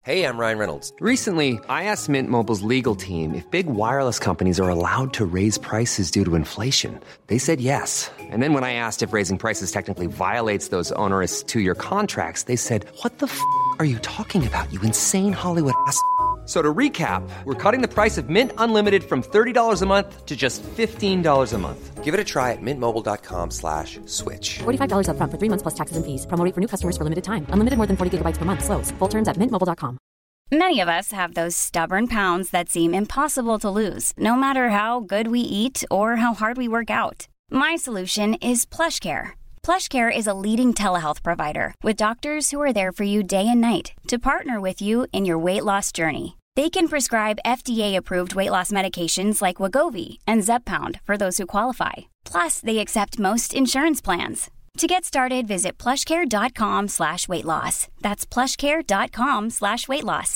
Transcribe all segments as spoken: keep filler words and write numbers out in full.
Hey, I'm Ryan Reynolds. Recently, I asked Mint Mobile's legal team if big wireless companies are allowed to raise prices due to inflation. They said yes. And then when I asked if raising prices technically violates those onerous two-year contracts, they said, "What the f*** are you talking about, you insane Hollywood ass?" So to recap, we're cutting the price of Mint Unlimited from thirty dollars a month to just fifteen dollars a month. Give it a try at mintmobile.com slash switch. forty-five dollars up front for three months plus taxes and fees. Promo rate for new customers for limited time. Unlimited more than forty gigabytes per month. Slows full terms at mint mobile dot com. Many of us have those stubborn pounds that seem impossible to lose, no matter how good we eat or how hard we work out. My solution is PlushCare. PlushCare is a leading telehealth provider with doctors who are there for you day and night to partner with you in your weight loss journey. They can prescribe F D A-approved weight loss medications like Wegovy and Zepbound for those who qualify. Plus, they accept most insurance plans. To get started, visit plushcare.com slash weight loss. That's plushcare.com slash weight loss.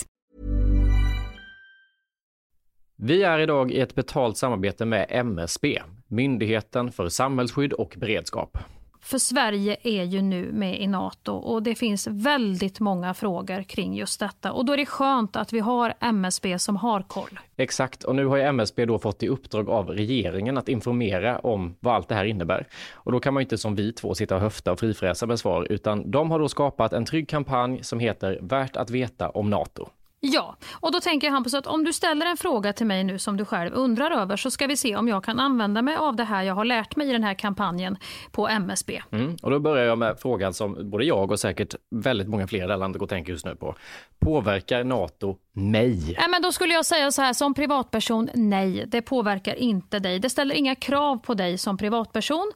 Vi är idag i ett betalt samarbete med M S B, Myndigheten för samhällsskydd och beredskap. För Sverige är ju nu med i NATO och det finns väldigt många frågor kring just detta. Och då är det skönt att vi har M S B som har koll. Exakt, och nu har ju M S B då fått i uppdrag av regeringen att informera om vad allt det här innebär. Och då kan man ju inte som vi två sitta och höfta och frifräsa med svar, utan de har då skapat en trygg kampanj som heter Värt att veta om NATO. Ja, och då tänker jag Hampus att om du ställer en fråga till mig nu som du själv undrar över, så ska vi se om jag kan använda mig av det här jag har lärt mig i den här kampanjen på M S B. Mm, och då börjar jag med frågan som både jag och säkert väldigt många fler där landet går och tänker just nu på. Påverkar NATO mig? Nej, men då skulle jag säga så här, som privatperson, nej, det påverkar inte dig. Det ställer inga krav på dig som privatperson,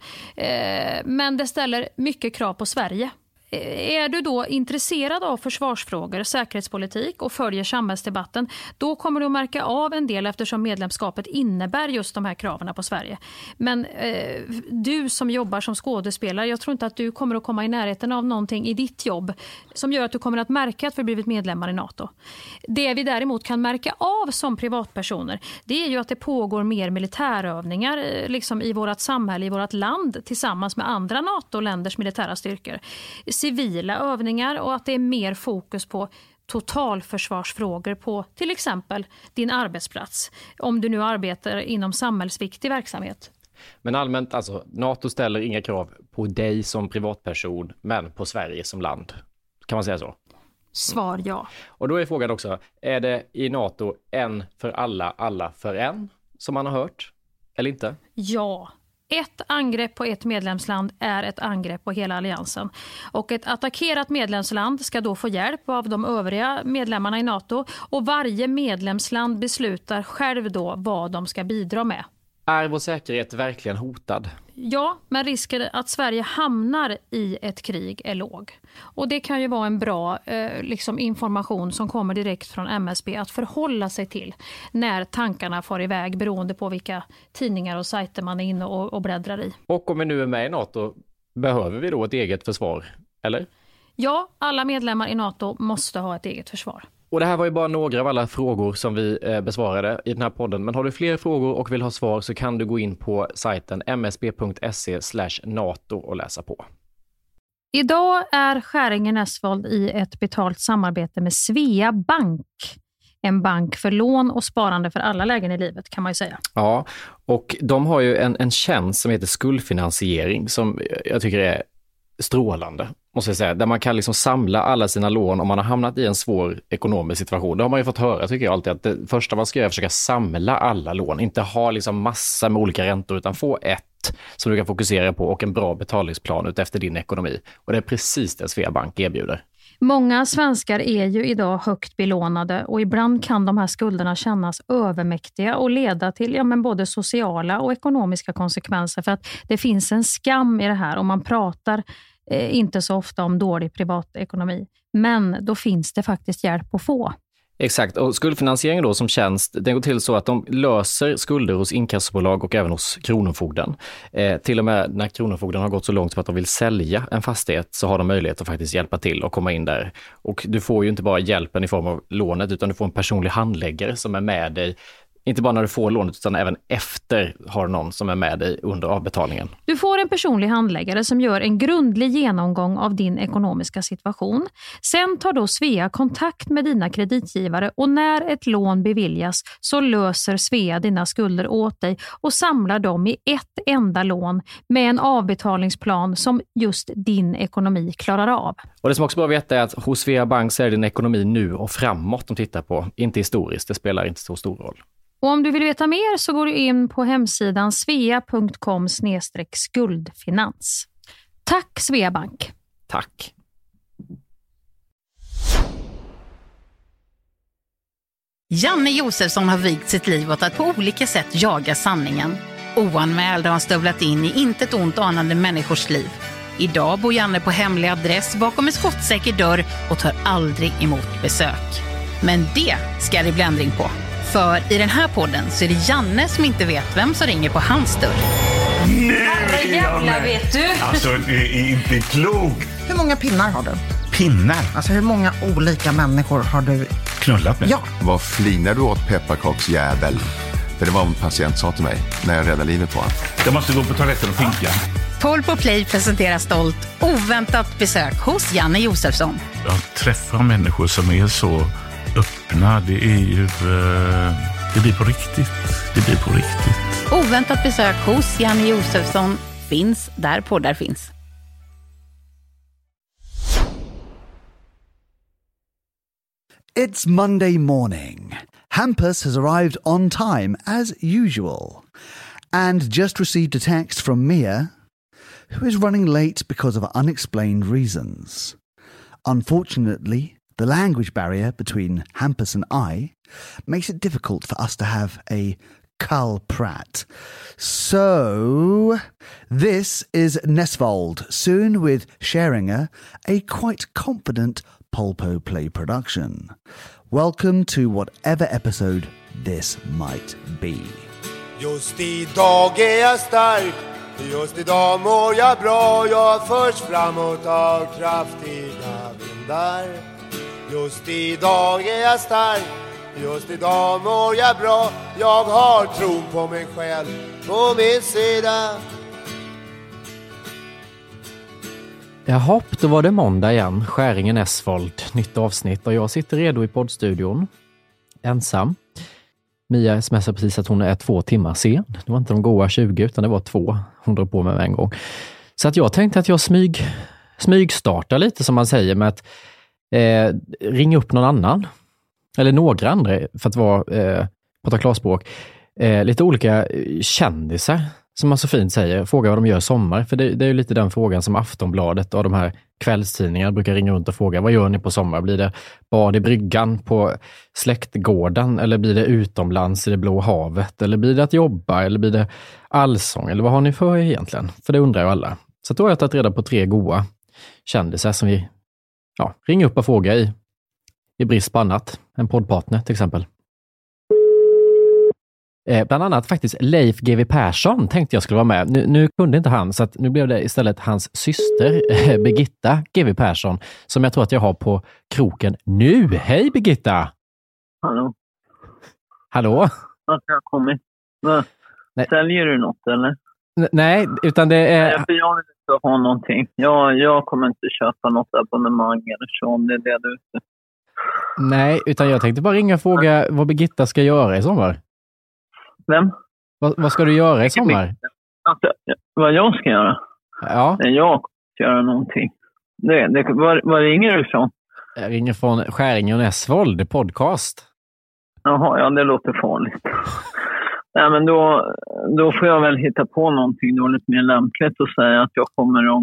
eh, men det ställer mycket krav på Sverige. Är du då intresserad av försvarsfrågor, säkerhetspolitik och följer samhällsdebatten, då kommer du att märka av en del eftersom medlemskapet innebär just de här kraven på Sverige. Men eh, du som jobbar som skådespelare, jag tror inte att du kommer att komma i närheten av någonting i ditt jobb som gör att du kommer att märka att vi blivit medlemmar i NATO. Det vi däremot kan märka av som privatpersoner, det är ju att det pågår mer militärövningar eh, liksom i vårt samhälle, i vårt land tillsammans med andra NATO-länders militära styrkor. Civila övningar och att det är mer fokus på totalförsvarsfrågor på till exempel din arbetsplats, om du nu arbetar inom samhällsviktig verksamhet. Men allmänt, alltså, NATO ställer inga krav på dig som privatperson, men på Sverige som land. Kan man säga så? Svar ja. Och då är frågan också, är det i NATO en för alla, alla för en, som man har hört, eller inte? Ja. Ett angrepp på ett medlemsland är ett angrepp på hela alliansen. Och ett attackerat medlemsland ska då få hjälp av de övriga medlemmarna i NATO. Och varje medlemsland beslutar själv då vad de ska bidra med. Är vår säkerhet verkligen hotad? Ja, men risken att Sverige hamnar i ett krig är låg. Och det kan ju vara en bra eh, liksom information som kommer direkt från M S B att förhålla sig till när tankarna far iväg beroende på vilka tidningar och sajter man är inne och, och bläddrar i. Och om vi nu är med i NATO, behöver vi då ett eget försvar, eller? Ja, alla medlemmar i NATO måste ha ett eget försvar. Och det här var ju bara några av alla frågor som vi eh, besvarade i den här podden. Men har du fler frågor och vill ha svar så kan du gå in på sajten m s b punkt s e slash nato och läsa på. Idag är Skäringen Esvold i ett betalt samarbete med Svea Bank. En bank för lån och sparande för alla lägen i livet, kan man ju säga. Ja, och de har ju en, en tjänst som heter skuldfinansiering som jag tycker är strålande, måste jag säga. Där man kan liksom samla alla sina lån om man har hamnat i en svår ekonomisk situation. Det har man ju fått höra, tycker jag alltid, att det första man ska göra är att försöka samla alla lån. Inte ha liksom massa med olika räntor, utan få ett som du kan fokusera på och en bra betalningsplan ut efter din ekonomi. Och det är precis det Svea Bank erbjuder. Många svenskar är ju idag högt belånade och ibland kan de här skulderna kännas övermäktiga och leda till ja, men både sociala och ekonomiska konsekvenser, för att det finns en skam i det här och man pratar eh, inte så ofta om dålig privatekonomi. Men då finns det faktiskt hjälp att få. Exakt, och skuldfinansieringen då som tjänst, den går till så att de löser skulder hos inkassobolag och även hos kronofogden. Eh, till och med när kronofogden har gått så långt för att de vill sälja en fastighet så har de möjlighet att faktiskt hjälpa till och komma in där. Och du får ju inte bara hjälpen i form av lånet utan du får en personlig handläggare som är med dig Inte bara när du får lånet utan även efter har någon som är med dig under avbetalningen. Du får en personlig handläggare som gör en grundlig genomgång av din ekonomiska situation. Sen tar då Svea kontakt med dina kreditgivare och när ett lån beviljas så löser Svea dina skulder åt dig och samlar dem i ett enda lån med en avbetalningsplan som just din ekonomi klarar av. Och det som också bör veta är att hos Svea Bank så är din ekonomi nu och framåt de tittar på, inte historiskt. Det spelar inte så stor roll. Och om du vill veta mer så går du in på hemsidan svea punkt com slash skuldfinans. Tack Svea Bank. Tack. Janne Josefsson har vigt sitt liv åt att på olika sätt jaga sanningen. Oanmäld har han stövlat in i intet ont anande människors liv. Idag bor Janne på hemlig adress bakom en skottsäker dörr och tar aldrig emot besök. Men det ska det bli ändring på. För i den här podden så är det Janne som inte vet vem som ringer på hans dörr. Nej, jävla vet du. Alltså, det är inte klokt. Hur många pinnar har du? Pinnar? Alltså, hur många olika människor har du knullat med? Ja. Vad flinar du åt, pepparkaksjävel? För det var en patient sa till mig när jag räddade livet på honom. Jag måste gå på toaletten och pinka. Paul på Play presenterar stolt oväntat besök hos Janne Josefsson. Jag träffar människor som är så öppna. Det är ju... Uh, det blir på riktigt. Det blir på riktigt. Oväntat besök hos Janne Josefsson finns där poddar finns. It's Monday morning. Hampus has arrived on time as usual and just received a text from Mia, who is running late because of unexplained reasons. Unfortunately, the language barrier between Hampus and I makes it difficult for us to have a Carl Pratt. So, this is Nesvold, soon with Scheringer, a quite confident Polpo Play production. Welcome to whatever episode this might be. Just idag är jag stark, just idag mår jag bra. Jag förs framåt av kraftiga vindar. Just idag är jag stark, just idag mår jag bra. Jag har tron på mig själv på min sida. Jaha, då var det måndag igen. Skäringen Esvold, nytt avsnitt. Och jag sitter redo i poddstudion. Ensam. Mia smsade precis att hon är två timmar sen. Det var inte de goda tjugo utan det var två. Hon drog på mig med en gång. Så att jag tänkte att jag smyg, smygstartar lite som man säger med att eh, ringa upp någon annan. Eller några andra för att vara, eh, prata klarspråk. Eh, lite olika kändisar. Som man så fint säger, fråga vad de gör i sommar. För det, det är ju lite den frågan som Aftonbladet och de här kvällstidningarna brukar ringa runt och fråga. Vad gör ni på sommar? Blir det bad i bryggan på släktgården? Eller blir det utomlands i det blå havet? Eller blir det att jobba? Eller blir det allsång? Eller vad har ni för egentligen? För det undrar ju alla. Så då har jag tagit reda på tre goa kändisar som vi ja, ringer upp och frågar i, i brist på annat. En poddpartner till exempel. Eh, bland annat faktiskt Leif G W Persson tänkte jag skulle vara med. Nu, nu kunde inte han, så att nu blev det istället hans syster eh, Birgitta G W Persson som jag tror att jag har på kroken nu. Hej Birgitta! Hallå? Hallå? Vart har jag kommit? Va? Säljer du något eller? N- nej, utan det är... Nej, för jag vill inte ha någonting. Jag, jag kommer inte köpa något abonnemang eller så om det är det du ute. Nej, utan jag tänkte bara ringa och fråga vad Birgitta ska göra i sommar. Vem? Vad, vad ska du göra i sommar? Alltså, vad jag ska göra? Ja. Jag ska göra någonting. Det, det, var, var ringer du ifrån? Jag ringer från Skäringen Esvold, podcast. Jaha, ja det låter farligt. Nej men då, då får jag väl hitta på någonting då lite mer lämpligt och säga att jag kommer om...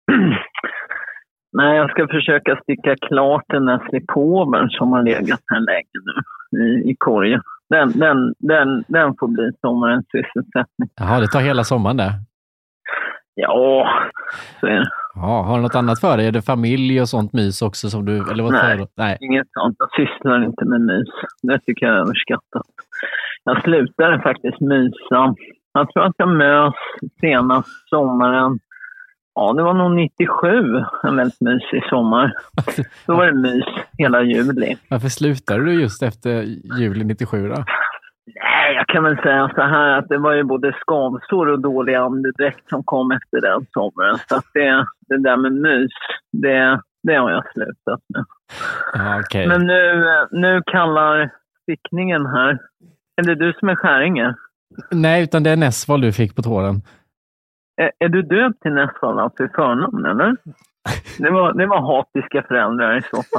Nej, jag ska försöka sticka klart den där slipovern som har legat här länge nu i, i korgen. Den, den, den, den får bli sommarens sysselsättning. Jaha, det tar hela sommaren där? Ja, så är det. Ja, har du något annat för dig? Är det familj och sånt mys också som du... Eller vad Nej, för? Nej, inget sånt. Jag sysslar inte med mys. Det tycker jag är överskattat. Jag slutade faktiskt mysa. Jag tror att jag mös senast sommaren. Ja, det var nog nittiosju, en väldigt mysig sommar. Då var det mys hela juli. Varför slutade du just efter juli nittiosju då? Nej, jag kan väl säga så här att det var ju både skavsår och dålig andedräkt som kom efter den sommaren. Så att det, det där med mys, det, det har jag slutat med. Ja, okay. Men nu, nu kallar stickningen här. Är det du som är Skäringe? Nej, utan det är Näsvold du fick på tråden. Är, är du döpt till Näsvold alltså i förnamn, eller? Det var, det var hatiska föräldrar i så fall.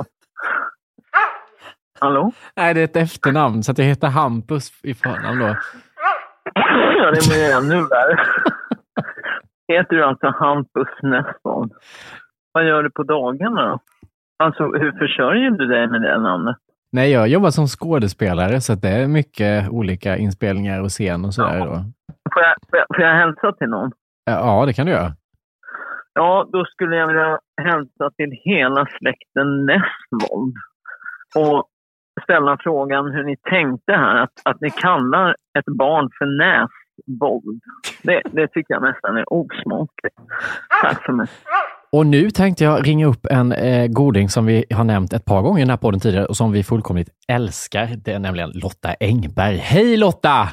Hallå? Nej, det är ett efternamn så att jag heter Hampus i förnamn då. Ja, det blir ännu värre. Heter du alltså Hampus Näsvold? Vad gör du på dagarna då? Alltså, hur försörjer du dig med det namnet? Nej, jag jobbar som skådespelare så att det är mycket olika inspelningar och scen och sådär. Ja. Då. Får jag, får, jag, får jag hälsa till någon? Ja, det kan du göra. Ja, då skulle jag vilja hälsa till hela släkten Näsvold. Och ställa frågan hur ni tänkte här. Att, att ni kallar ett barn för Näsvold. Det, det tycker jag nästan är osmakligt. Tack så mycket. Och nu tänkte jag ringa upp en eh, goding som vi har nämnt ett par gånger i den här podden tidigare och som vi fullkomligt älskar. Det är nämligen Lotta Engberg. Hej Lotta!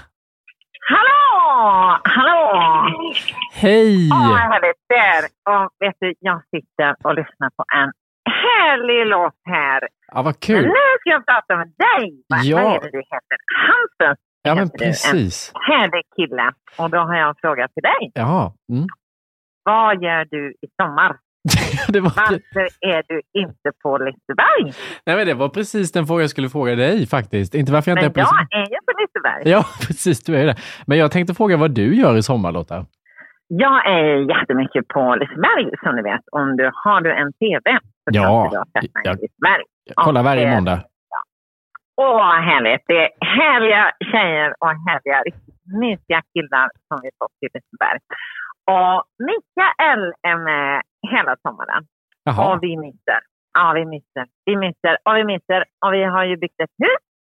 Hallå! Hallå! Hej! Åh, vad härligt där. Och vet du, jag sitter och lyssnar på en härlig låt här. Ja, vad kul. Men nu ska jag prata med dig. Vad, ja. vad är det du heter? Hampus. Ja, men precis. En härlig kille. Och då har jag en fråga till dig. Jaha. Mm. Vad gör du i sommar? det var... Varför är du inte på Liseberg? Nej, men det var precis den fråga jag skulle fråga dig faktiskt. Inte varför jag men inte är på jag är ju på Liseberg. Ja, precis. Du är det. Men jag tänkte fråga vad du gör i sommar, Lotta. Jag är jättemycket på Liseberg, som du vet. Om du har du en tv så ja, kan du sätta jag, i Liseberg. Jag kollar varje måndag. Ja. Åh, vad härligt. Det är härliga tjejer och härliga, riktigt mysiga killar som vi fått till Liseberg. Och Mikael är med hela sommaren. Jaha. Och vi missar. Ja, vi missar. Vi missar och vi missar. Och vi har ju byggt ett hus.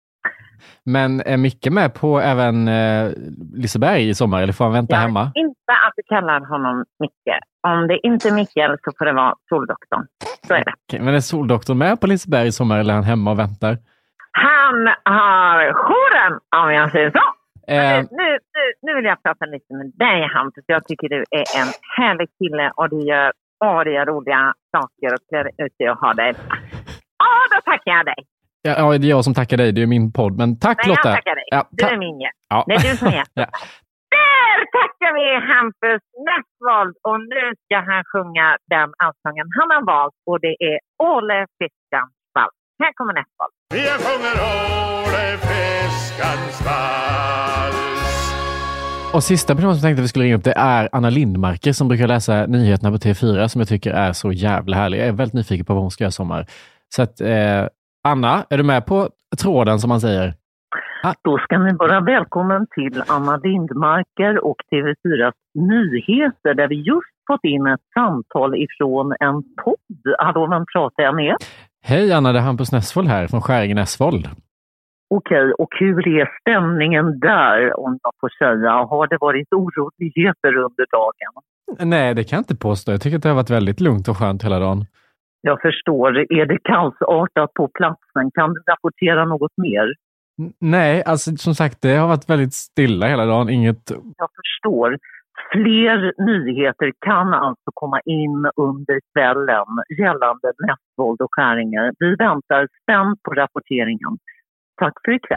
Men är Micke med på även eh, Liseberg i sommar? Eller får han vänta jag hemma? Inte att du kallar honom Micke. Om det inte är Mikael så får det vara Soldoktorn. Så är det. Okej, men är Soldoktorn med på Liseberg i sommar eller är han hemma och väntar? Han har jouren, om jag säger så. Eh, nu, nu, nu vill jag prata lite med dig, Hampus. Jag tycker du är en härlig kille och du gör, åh, du gör roliga saker och klär ut dig och har dig. Ja, då tackar jag dig. Ja, ja, det är jag som tackar dig. Det är min podd. Men tack Nej, Lotta. jag tackar dig. Ja, ta- du är min gäst. Ja. Det är du som är gäst. ja. Där tackar vi Hampus Näsvold. Och nu ska han sjunga den allsången han har valt. Och det är Åle Fiskans vals. Här kommer Näsvold. Jag sjunger Åle Fiskans vals. Och sista personen som tänkte att vi skulle ringa upp det är Anna Lindmarker som brukar läsa nyheterna på T fyra som jag tycker är så jävla härlig. Jag är väldigt nyfiken på vad hon ska göra i sommar. Så att, eh, Anna, är du med på tråden som man säger? Ah. Då ska ni vara välkommen till Anna Lindmarker och T V fyras nyheter där vi just fått in ett samtal ifrån en podd. Hallå, vem pratar jag med? Hej Anna, det är Hampus Näsvold här från Skäringe Näsvold. Okej, och hur är stämningen där, om jag får säga? Har det varit oroligheter under dagen? Nej, det kan jag inte påstå. Jag tycker att det har varit väldigt lugnt och skönt hela dagen. Jag förstår. Är det kaosartat på platsen? Kan du rapportera något mer? N- nej, alltså som sagt, det har varit väldigt stilla hela dagen. Inget... Jag förstår. Fler nyheter kan alltså komma in under kvällen gällande Näsvold och Skäringe. Vi väntar spänt på rapporteringen. Tack för ikväll.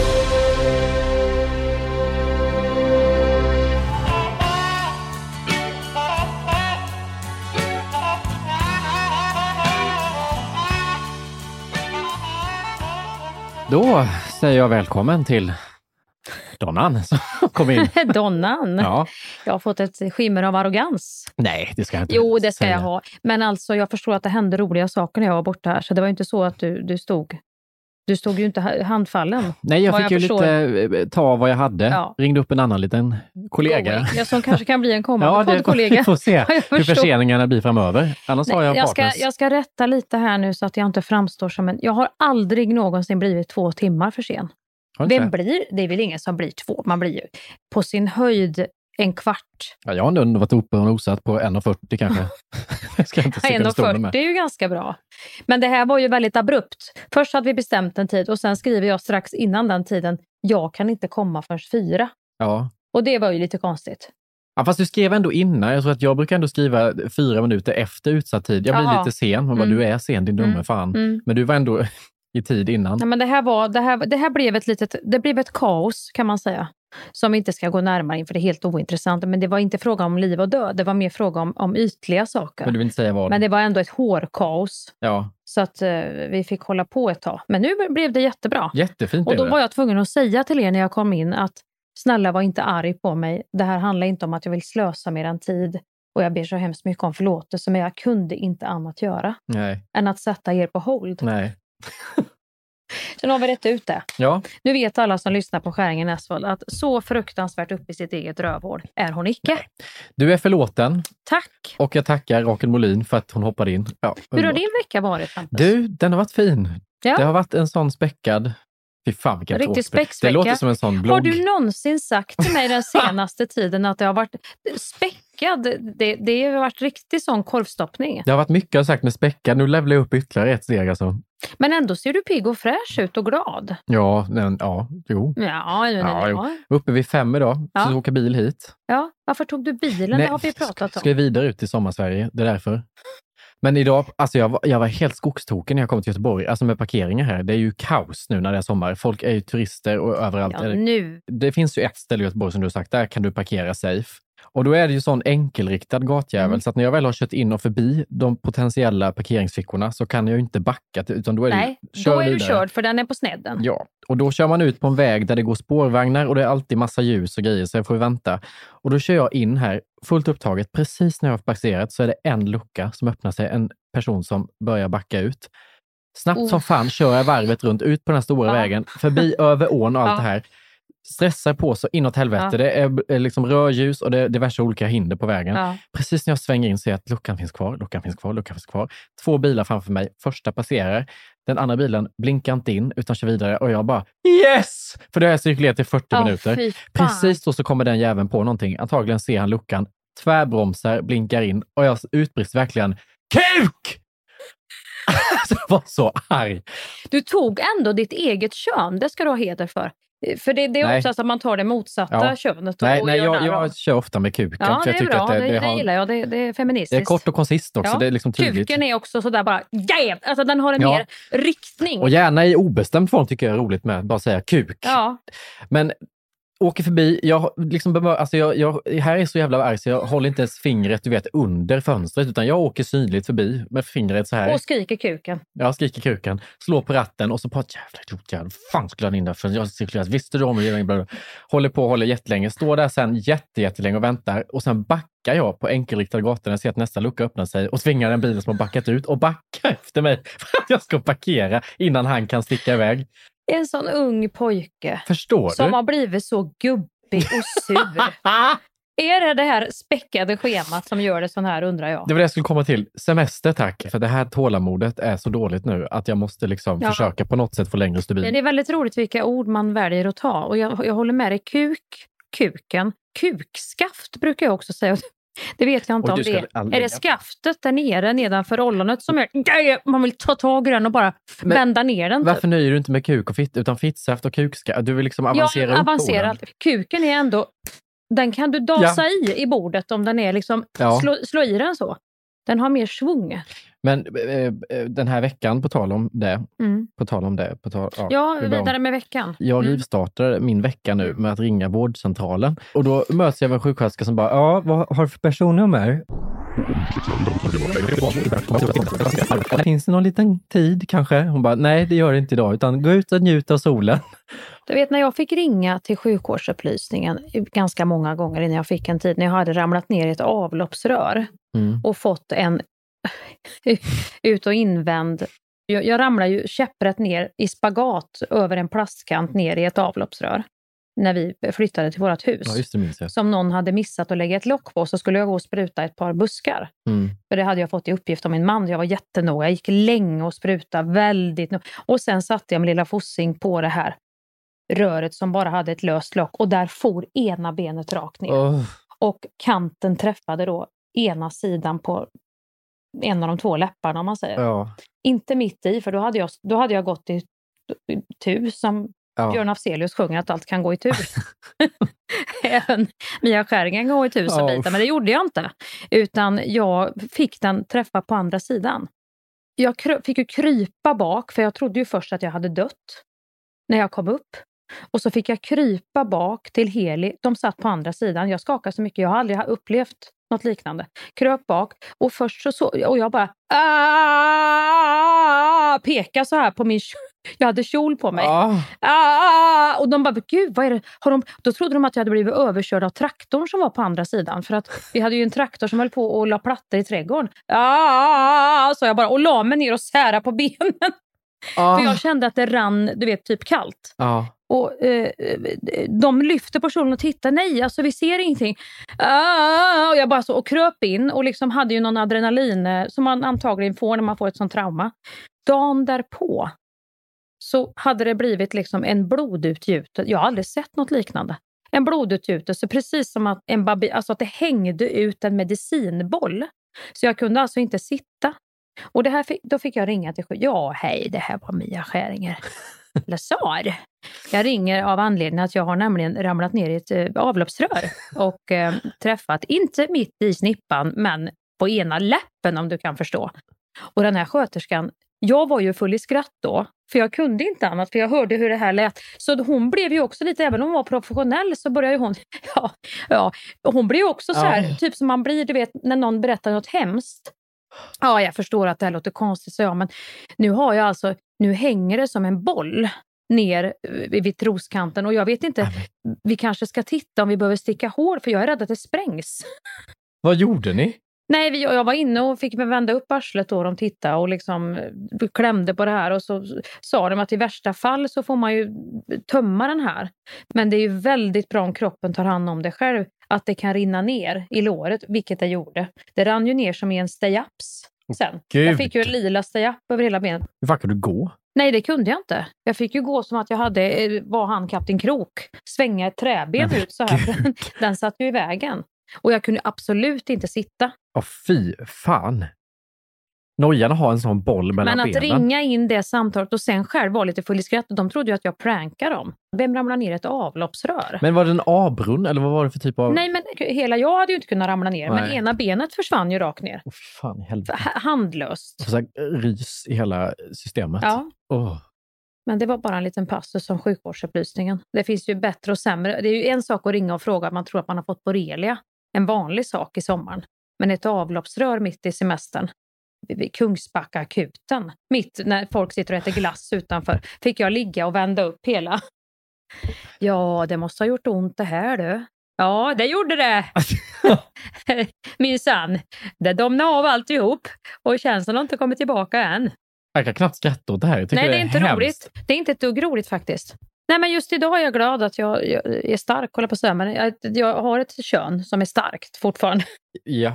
Då säger jag välkommen till Donnan som kom in. Donnan? Ja. Jag har fått ett skimmer av arrogans. Nej, det ska jag inte Jo, det ska säga. jag ha. Men alltså, jag förstår att det hände roliga saker när jag var borta här. Så det var inte så att du, du stod... Du stod ju inte handfallen. Nej, jag vad fick jag ju förstår. lite ta vad jag hade. Ja. Ringde upp en annan liten kollega. Ja, som kanske kan bli en kommande ja, det poddkollega. Vi får se jag hur förstår. förseningarna blir framöver. Annars Nej, har jag jag ska, partners. jag ska rätta lite här nu så att jag inte framstår som en... Jag har aldrig någonsin blivit två timmar för sen. Vem blir? Det är väl ingen som blir två. Man blir ju på sin höjd en kvart. Ja, jag har ändå varit uppe och nosat på en fyrtio kanske. Jag ska inte en fyrtio är ju ganska bra. Men det här var ju väldigt abrupt. Först hade vi bestämt en tid och sen skriver jag strax innan den tiden, jag kan inte komma förrän fyra. Ja. Och det var ju lite konstigt. Ja, fast du skrev ändå innan. Jag tror att jag brukar ändå skriva fyra minuter efter utsatt tid. Jag blir Jaha. lite sen. Man bara, Mm. du är sen, din dumme Mm. fan. Mm. Men du var ändå i tid innan. Nej, men det här var, det här, det här blev ett litet, det blev ett kaos kan man säga. Som vi inte ska gå närmare in för det är helt ointressant. Men det var inte fråga om liv och död. Det var mer fråga om, om ytliga saker. Men du vill inte säga vad? Men det var ändå ett hårkaos. Ja. Så att eh, vi fick hålla på ett tag. Men nu blev det jättebra. Jättefint Och blev då det. var jag tvungen att säga till er när jag kom in att snälla var inte arg på mig. Det här handlar inte om att jag vill slösa mer än tid. Och jag ber så hemskt mycket om förlåtelse. Men jag kunde inte annat göra. Nej. Än att sätta er på hold. Nej. Sen har vi rätt ut det. Ja. Nu vet alla som lyssnar på Skäringen Näsvold att så fruktansvärt upp i sitt eget rövhål är hon icke. Du är förlåten. Tack. Och jag tackar Rakel Molin för att hon hoppade in. Ja, Hur har underbart. din vecka varit, Hampus? Du, den har varit fin. Ja. Det har varit en sån späckad... Fy fan vilken Riktigt tråkig- späckspäcka. Det låter som en sån blogg. Har du någonsin sagt till mig den senaste tiden att det har varit späckad? Det, det har varit riktigt sån korvstoppning. Det har varit mycket jag har sagt med späckad. Nu levlar jag upp ytterligare ett steg alltså. Men ändå ser du pigg och fräsch ut och glad. Ja, men, ja, jo. Ja, ja, Ja, ja. jo. Uppe vid fem idag, Ja. så åker bil hit. ja. Varför tog du bilen? Nej, Det har vi pratat om. Ska jag vidare ut till Sommarsverige, det är därför. Men idag, alltså jag var, jag var helt skogstoken när jag kom till Göteborg. Alltså med parkeringar här, det är ju kaos nu när det är sommar. Folk är ju turister och överallt. Ja, är det, nu. det finns ju ett ställe i Göteborg som du har sagt, där kan du parkera safe. Och då är det ju sån enkelriktad gatjävel, Mm. så att när jag väl har kört in och förbi de potentiella parkeringsfickorna så kan jag ju inte backa, utan då är Nej, det kör då är du vidare. körd för den är på snedden. Ja, och då kör man ut på en väg där det går spårvagnar och det är alltid massa ljus och grejer så jag får vänta. Och då kör jag in här, fullt upptaget, precis när jag har passerat så är det en lucka som öppnar sig, en person som börjar backa ut. Snabbt Oh. som fan kör jag varvet runt, ut på den här stora Ja. vägen, förbi över ån och allt Ja. det här. Stressar på så inåt helvete. Ja. Det är är liksom rödljus och det är diverse olika hinder på vägen. Ja. Precis när jag svänger in ser jag att luckan finns kvar, luckan finns kvar, luckan finns kvar. Två bilar framför mig. Första passerar. Den andra bilen blinkar inte in utan kör vidare och jag bara yes! För det har jag cirkulerat i fyrtio Ja, minuter. fy fan. Precis då så kommer den jäveln på någonting. Antagligen ser han luckan, tvärbromsar, blinkar in och jag utbrister verkligen KUK! Alltså, jag var så arg. Du tog ändå ditt eget kön, det ska du ha heder för. För det, det är Nej. också att man tar det motsatta Ja. könet. Nej, och nej gör jag, narr av. jag kör ofta med kuken. Ja, för det jag är tycker bra. att det, Det, det, det har, gillar jag. Det, det är feministiskt. det är kort och koncist också. Ja. Det är liksom tydligt. Kuken är också sådär bara, jäv! Alltså den har en Ja. mer riktning. Och gärna i obestämd form tycker jag är roligt med att bara säga kuk. Ja. Men åker förbi, jag liksom bemör, alltså jag, jag, här är så jävla arg så jag håller inte ens fingret, du vet, under fönstret utan jag åker synligt förbi med fingret så här. Och skriker kuken. Jag skriker kuken, slår på ratten och så på jävla idiot, jävla fan skulle han in där för jag har cirkulerat, visste du om det? Håller på, håller jättelänge, står där sen jätte, jättelänge och väntar och sen backar jag på enkelriktad gatan och ser att nästa lucka öppnar sig och tvingar en bil som har backat ut och backar efter mig för att jag ska parkera innan han kan sticka iväg. En sån ung pojke. Förstår du? Som har blivit så gubbig och sur. Är det det här späckade schemat som gör det sån här, undrar jag? Det var det jag skulle komma till. Semester, tack. För det här tålamodet är så dåligt nu att jag måste liksom Ja. försöka på något sätt få längre stubin. Det är väldigt roligt vilka ord man väljer att ta. Och jag, jag håller med dig. Kuk, kuken. Kukskaft brukar jag också säga. Det vet jag inte Och om du det ska är. aldrig- Är det skaftet där nere nedanför ollonet som gör... Man vill ta tag i den och bara Men vända ner den. Varför nöjer du inte med kuk och fitt utan fittsaft och kukskaft? Du vill liksom avancera Ja, upp avancerat. orden. Kuken är ändå... Den kan du dasa i i bordet om den är liksom... Ja. Slå, slå i den så. Den har mer svung. Men eh, eh, den här veckan, på tal om det, Mm. på tal om det, på tal, Ja, det är bra. vidare med veckan. Jag Mm. rivstartar min vecka nu med att ringa vårdcentralen. Och då möts jag av en sjuksköterska som bara, ja, vad har du för personnummer? Finns det någon liten tid kanske? Hon bara, nej det gör det inte idag, utan gå ut och njut av solen. Du vet när jag fick ringa till sjukvårdsupplysningen ganska många gånger innan jag fick en tid när jag hade ramlat ner i ett avloppsrör Mm. och fått en ut- och invänd. Jag, jag ramlade ju käpprätt ner i spagat över en plastkant ner i ett avloppsrör när vi flyttade till vårt hus. Ja, just det, minns jag. Som någon hade missat att lägga ett lock på, så skulle jag gå och spruta ett par buskar. Mm. För det hade jag fått i uppgift av min man. Jag var jättenoga. Jag gick länge och spruta väldigt noga. Och sen satte jag min lilla fossing på det här röret som bara hade ett löst lock. Och där for ena benet rakt ner. Oh. Och kanten träffade då ena sidan på en av de två läpparna, om man säger. Ja. Inte mitt i, för då hade jag, då hade jag gått i tur som ja. Björn Afzelius sjunger att allt kan gå i tur. Även Mia Skäringen går i tusen Ja. bitar, men det gjorde jag inte. Utan jag fick den träffa på andra sidan. Jag kry- fick ju krypa bak, för jag trodde ju först att jag hade dött när jag kom upp. Och så fick jag krypa bak till Heli. De satt på andra sidan. Jag skakade så mycket. Jag har aldrig upplevt något liknande. Kröp bak. Och först så, så och jag bara Aah! Pekade så här på min kjol. Jag hade kjol på mig. Ah. Aah! Och de bara, gud, vad är det? Har de... Då trodde de att jag hade blivit överkörd av traktorn som var på andra sidan. För att vi hade ju en traktor som höll på och la plattor i trädgården. Aah! Så jag bara, och la mig ner och sära på benen. Ah. För jag kände att det rann, du vet, typ kallt. Ah. Och eh, de lyfter på kjolen och tittar. Nej, alltså vi ser ingenting. Ah, och jag bara så och kröp in och liksom hade ju någon adrenalin eh, som man antagligen får när man får ett sånt trauma. Dagen därpå så hade det blivit liksom en blodutgjutelse. Jag har aldrig sett något liknande. En blodutgjutelse, precis som att en babi, alltså att det hängde ut en medicinboll. Så jag kunde alltså inte sitta. Och det här fick, då fick jag ringa till sjuk. Ja, hej, det här var Mia Skäringer. Lazar. Jag ringer av anledning att jag har nämligen ramlat ner i ett eh, avloppsrör och eh, träffat, inte mitt i snippan, men på ena läppen, om du kan förstå. Och den här sköterskan, jag var ju full i skratt då, för jag kunde inte annat, för jag hörde hur det här lät. Så hon blev ju också lite, även om hon var professionell så började hon, ja, ja hon blev ju också så här, ja. Typ som man blir, du vet, när någon berättar något hemskt. Ja, jag förstår att det här låter konstigt, så ja, men nu har jag alltså, nu hänger det som en boll ner vid troskanten och jag vet inte, vi kanske ska titta om vi behöver sticka hår, för jag är rädd att det sprängs. Vad gjorde ni? Nej, vi, jag var inne och fick vända upp arslet och de tittade och liksom klämde på det här och så sa de att i värsta fall så får man ju tömma den här. Men det är ju väldigt bra om kroppen tar hand om det själv, att det kan rinna ner i låret, vilket det gjorde. Det rann ju ner som i en stajaps sen. Gud. Jag fick ju en lila stajap över hela benet. Hur fan kan du gå? Nej, det kunde jag inte. Jag fick ju gå som att jag hade, var han Kapten Krok, svänga ett träben Men ut så här. Den, den satt ju i vägen. Och jag kunde absolut inte sitta. Åh, fy fan. Nojan har en sån boll mellan benen. Men att benen. ringa in det samtalet och sen själv var lite full i skratt. De trodde ju att jag prankade dem. Vem ramlar ner ett avloppsrör? Men var det en avbrunn eller vad var det för typ av... Nej, men hela jag hade ju inte kunnat ramla ner. Nej. Men ena benet försvann ju rakt ner. Åh, fan i helvete. H- handlöst. Så här, rys i hela systemet. Ja. Oh. Men det var bara en liten passus som sjukvårdsupplysningen. Det finns ju bättre och sämre. Det är ju en sak att ringa och fråga att man tror att man har fått borrelia. En vanlig sak i sommaren. Men ett avloppsrör mitt i semestern. Vid Kungsbacka-akuten. Mitt när folk sitter och äter glass utanför. Fick jag ligga och vända upp hela. Ja, det måste ha gjort ont det här du. Ja, det gjorde det. Minsann. Det domnade av alltihop. Och känslan har inte kommit tillbaka än. Jag kan knappt skratta åt det här. Jag tycker Nej, det är, det är inte hemskt. roligt. Det är inte ett dugg roligt faktiskt. Nej, men just idag är jag glad att jag, jag är stark, kolla på så här, men jag, jag har ett kön som är starkt fortfarande. Ja.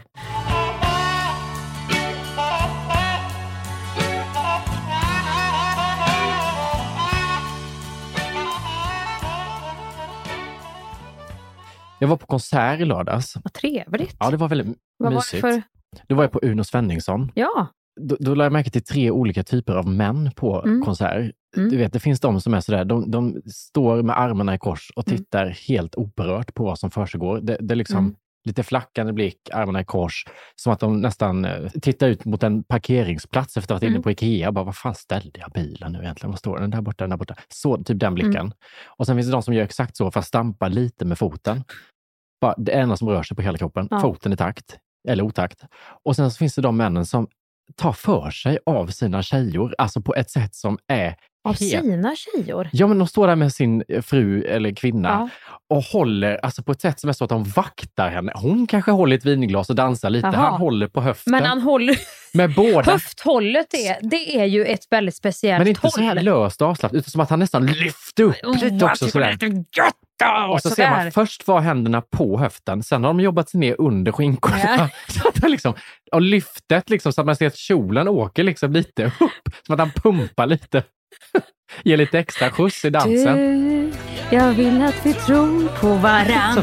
Jag var på konsert i lördags. Vad trevligt. Ja, det var väldigt Vad mysigt. var det för... Då var jag på Uno Svenningsson. Ja. Då, då lade jag märke till tre olika typer av män på Mm. konsert. Mm. Du vet, det finns de som är sådär, de, de står med armarna i kors och Mm. tittar helt oberört på vad som försiggår. Det, det är liksom Mm. lite flackande blick, armarna i kors. Som att de nästan eh, tittar ut mot en parkeringsplats efter att ha varit Mm. inne på Ikea. Bara, vad fan ställde jag bilen nu egentligen? Vad står den där borta, den där borta? Så, typ den blicken. Mm. Och sen finns det de som gör exakt så, fast stampar lite med foten. Bara, det enda som rör sig på hela kroppen. Ja. Foten i takt, eller otakt. Och sen så finns det de männen som tar för sig av sina tjejor, alltså på ett sätt som är Av helt... sina tjejor? Ja, men de står där med sin fru eller kvinna Ja. och håller, alltså på ett sätt som är så att de vaktar henne. Hon kanske håller ett vinglas och dansar lite. Jaha. Han håller på höften. Men han håller... Med båda. Höfthållet är, det är ju ett väldigt speciellt Men inte håll. så här löst och avslappnat, utan som att han nästan lyfter upp Oh, lite också. Sådär. Och så ser man först var händerna på höften, sen har de jobbat sig ner under skinkorna. Ja. Så att han liksom, och lyftet liksom, så att man ser att kjolen åker liksom lite upp. Som att han pumpar lite. Ger lite extra skjuts i dansen. Du Jag vill att vi tror på varann.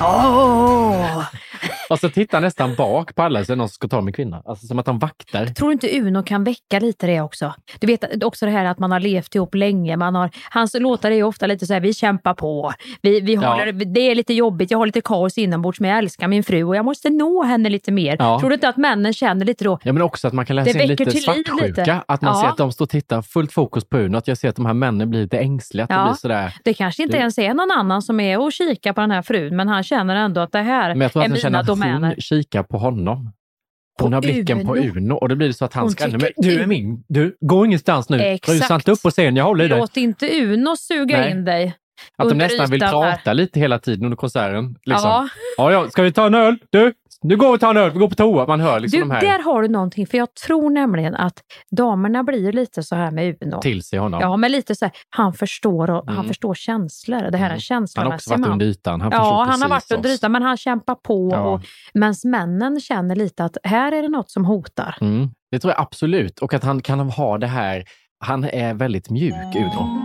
Åh! Och så tittar nästan bak på alla så någon som ska ta med kvinna. Alltså som att de vaktar. Tror du inte Uno kan väcka lite det också? Du vet också det här att man har levt ihop länge. Man har, hans låtar är ju ofta lite så här, vi kämpar på. Vi, vi håller, ja. Det är lite jobbigt, jag har lite kaos inombords men jag älskar min fru och jag måste nå henne lite mer. Ja. Tror du inte att männen känner lite då? Ja, men också att man kan läsa in lite svartsjuka. Lite. Att man ja. ser att de står och tittar fullt fokus på Uno. Att jag ser att de här männen blir lite ängsliga. Att ja. det blir sådär. Det kanske inte det... ens är någon annan som är och kikar på den här frun. Men han känner ändå att det här men jag tror är att mina domäner. Hon kikar på honom. Hon på har blicken Uno. på Uno och det blir så att han hon ska... Men, du är min. Du, gå ingenstans nu. Exakt. Rusa inte upp på scen, jag håller i dig. Låt inte Uno suga Nej. in dig. Att de nästan vill prata här. lite hela tiden under konserten. Liksom. Ja. Ja, ja, ska vi ta en öl? Du, nu går vi ta en öl. Vi går på toa. Man hör liksom du, de här. Där har du någonting. För jag tror nämligen att damerna blir lite så här med Uno. Till sig honom. Ja, men lite så här. Han förstår, och, mm. han förstår känslor. Det här är en känslomässig man. Han har också varit under ytan. Han ja, han har varit under ytan. Men han kämpar på. Ja. Och, medan männen känner lite att här är det något som hotar. Mm. Det tror jag absolut. Och att han kan ha det här. Han är väldigt mjuk, Uno.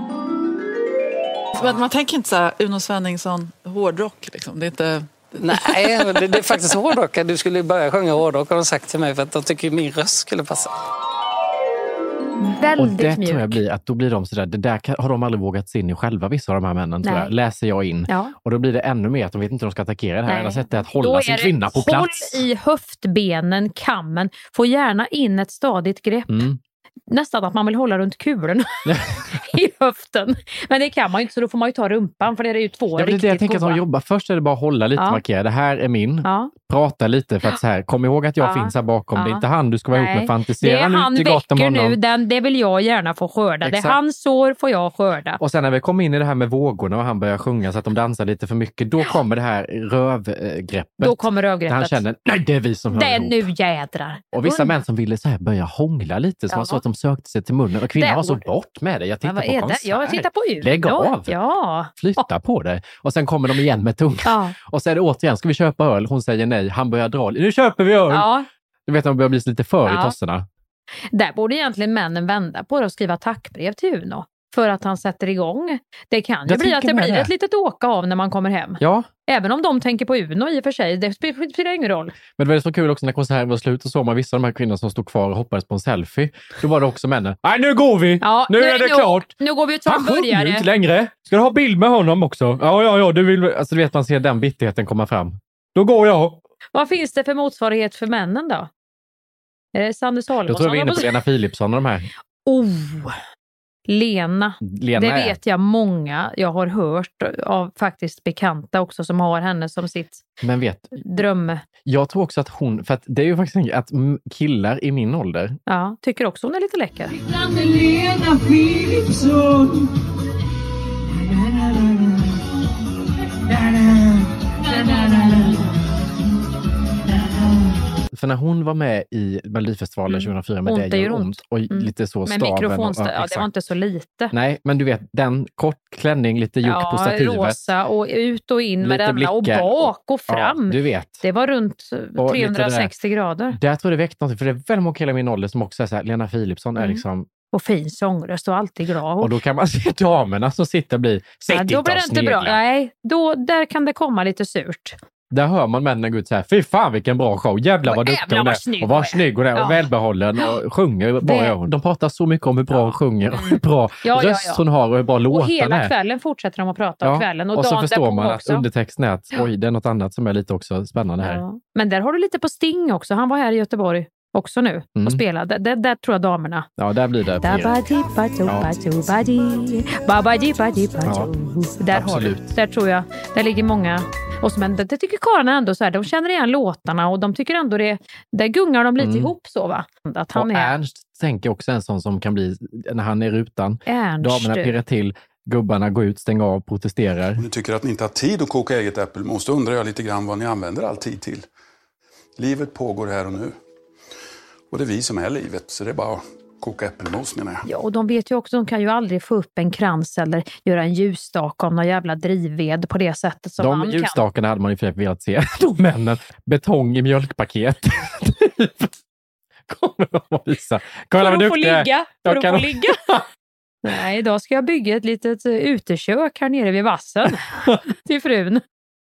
Men man tänker inte så här, Uno Svenningsson, hårdrock liksom. Det är inte... Nej, det, det är faktiskt hårdrock. Du skulle börja sjunga hårdrock har de sagt till mig för att de tycker min röst skulle passa. Väldigt och det mjuk. tror jag blir att då blir de sådär, det där har de aldrig vågat se in i själva, vissa av de här männen tror jag, läser jag in. Ja. Och då blir det ännu mer att de vet inte hur de ska attackera det här. Enda sättet är att hålla sin kvinna på plats. Håll i höftbenen, kammen, få gärna in ett stadigt grepp. Mm. Nästan att man vill hålla runt kulen i höften. Men det kan man ju inte, så då får man ju ta rumpan, för det är ju två ja, riktigt det jag tänker goda. Att de jobbar. Först är det bara att hålla lite, ja. markera. Det här är min. Ja. Prata lite för att så här, kom ihåg att jag ja. finns här bakom. Ja. Det är inte han du ska vara ihop med. Fantisera nu till gott om honom. Nu, den, det vill jag gärna få skörda. Exakt. Det är hans sår får jag skörda. Och sen när vi kommer in i det här med vågorna och han börjar sjunga så att de dansar lite för mycket, då kommer det här rövgreppet. Då kommer rövgreppet. Han känner, nej det är vi som hör det är ihop. nu jädrar. Och vissa män som ville så här börja hångla lite, så ja. man så att de sökte sig till munnen. Och kvinnan var så bort med det. Jag tittar på konsert. Jag tittar på Uno. Lägg av. Ja. Flytta på det. Och sen kommer de igen med tunga. Ja. Och så är det återigen, ska vi köpa öl? Hon säger nej. Han börjar dra. Nu köper vi öl. Ja. Du vet, de börjar bli lite för ja. i tosserna. Där borde egentligen männen vända på det och skriva tackbrev till Uno. För att han sätter igång. Det kan ju jag bli att det blir det. ett litet åka av när man kommer hem. Ja. Även om de tänker på Uno i och för sig. Det spelar ingen roll. Men det var så kul också när konserten var slut och så man vissa av de här kvinnorna som stod kvar och hoppades på en selfie. Då var det också männen. Nej, nu går vi! Ja, nu, nu är det nu, klart! Nu går vi ut från börjare. Han inte längre. Ska du ha bild med honom också? Ja, ja, ja. Du vill... Alltså du vet, man ser den bitterheten komma fram. Då går jag. Vad finns det för motsvarighet för männen då? Är det Sanne Salomonsson? Då tror jag vi är inne på Lena Philipsson och de här. Oh! Lena, Lena det är. vet jag många. Jag har hört av faktiskt bekanta också som har henne som sitt Men vet, dröm. Jag tror också att hon, för att det är ju faktiskt att killar i min ålder. Ja, tycker också hon är lite läcker. Lena Philipsson. För när hon var med i Melodifestivalen mm. tjugohundrafyra med ont Det gör ont. ont och mm. lite så med staven. Mikrofonstav, och, ja, ja, det var inte så lite. Nej, men du vet, den kort klänning, lite juck ja, på stativet. Rosa och ut och in med denna och bak och fram. Ja, du vet. Det var runt trehundrasextio grader. Där tror jag det väckte något, för det är väldigt många killar i min ålder som också är så här, Lena Philipsson mm. är liksom... Och fin sångröst och alltid glad. Och då kan man se damerna som sitter och blir... Ja, då blir det inte bra. Nej, då, där kan det komma lite surt. Där hör man männen gå ut så här, fy fan vilken bra show, jävlar vad duktig hon är. Och vad snygg hon är, och ja. välbehållen och sjunger bra hon. De pratar så mycket om hur bra hon sjunger och hur bra ja, röst ja, ja. hon har och hur bra låtarna är. Och hela kvällen fortsätter de att prata om ja. kvällen. Och, och så förstår man att också. undertexten är att oj, det är något annat som är lite också spännande här. Ja. Men där har du lite på Sting också, han var här i Göteborg också nu mm. och spelade. Där, där tror jag damerna. Ja, där blir det. Ja. Där har du. Där tror jag. Där ligger många. Och så, men det, det tycker karlarna ändå så här. De känner igen låtarna och de tycker ändå det. Där gungar de lite mm. ihop så va. Att han och är. Ernst tänker också en sån som kan bli när han är utan. Ernst. Damerna pirrar till. Gubbarna går ut, stänger av, protesterar. Om ni tycker att ni inte har tid att koka eget äppelmos, då undrar jag lite grann vad ni använder all tid till. Livet pågår här och nu. Och det är vi som är livet, så det är bara att koka äppelmos menar jag. Ja, och de vet ju också, de kan ju aldrig få upp en krans eller göra en ljusstake om någon jävla drivved på det sättet som de man kan. De ljusstakarna hade man ju velat se. De männen, betong i mjölkpaket. Kommer de att visa. Kolla vad duktiga. Får ligga, får de få ligga. Nej, idag ska jag bygga ett litet utekök här nere vid vassen till frun.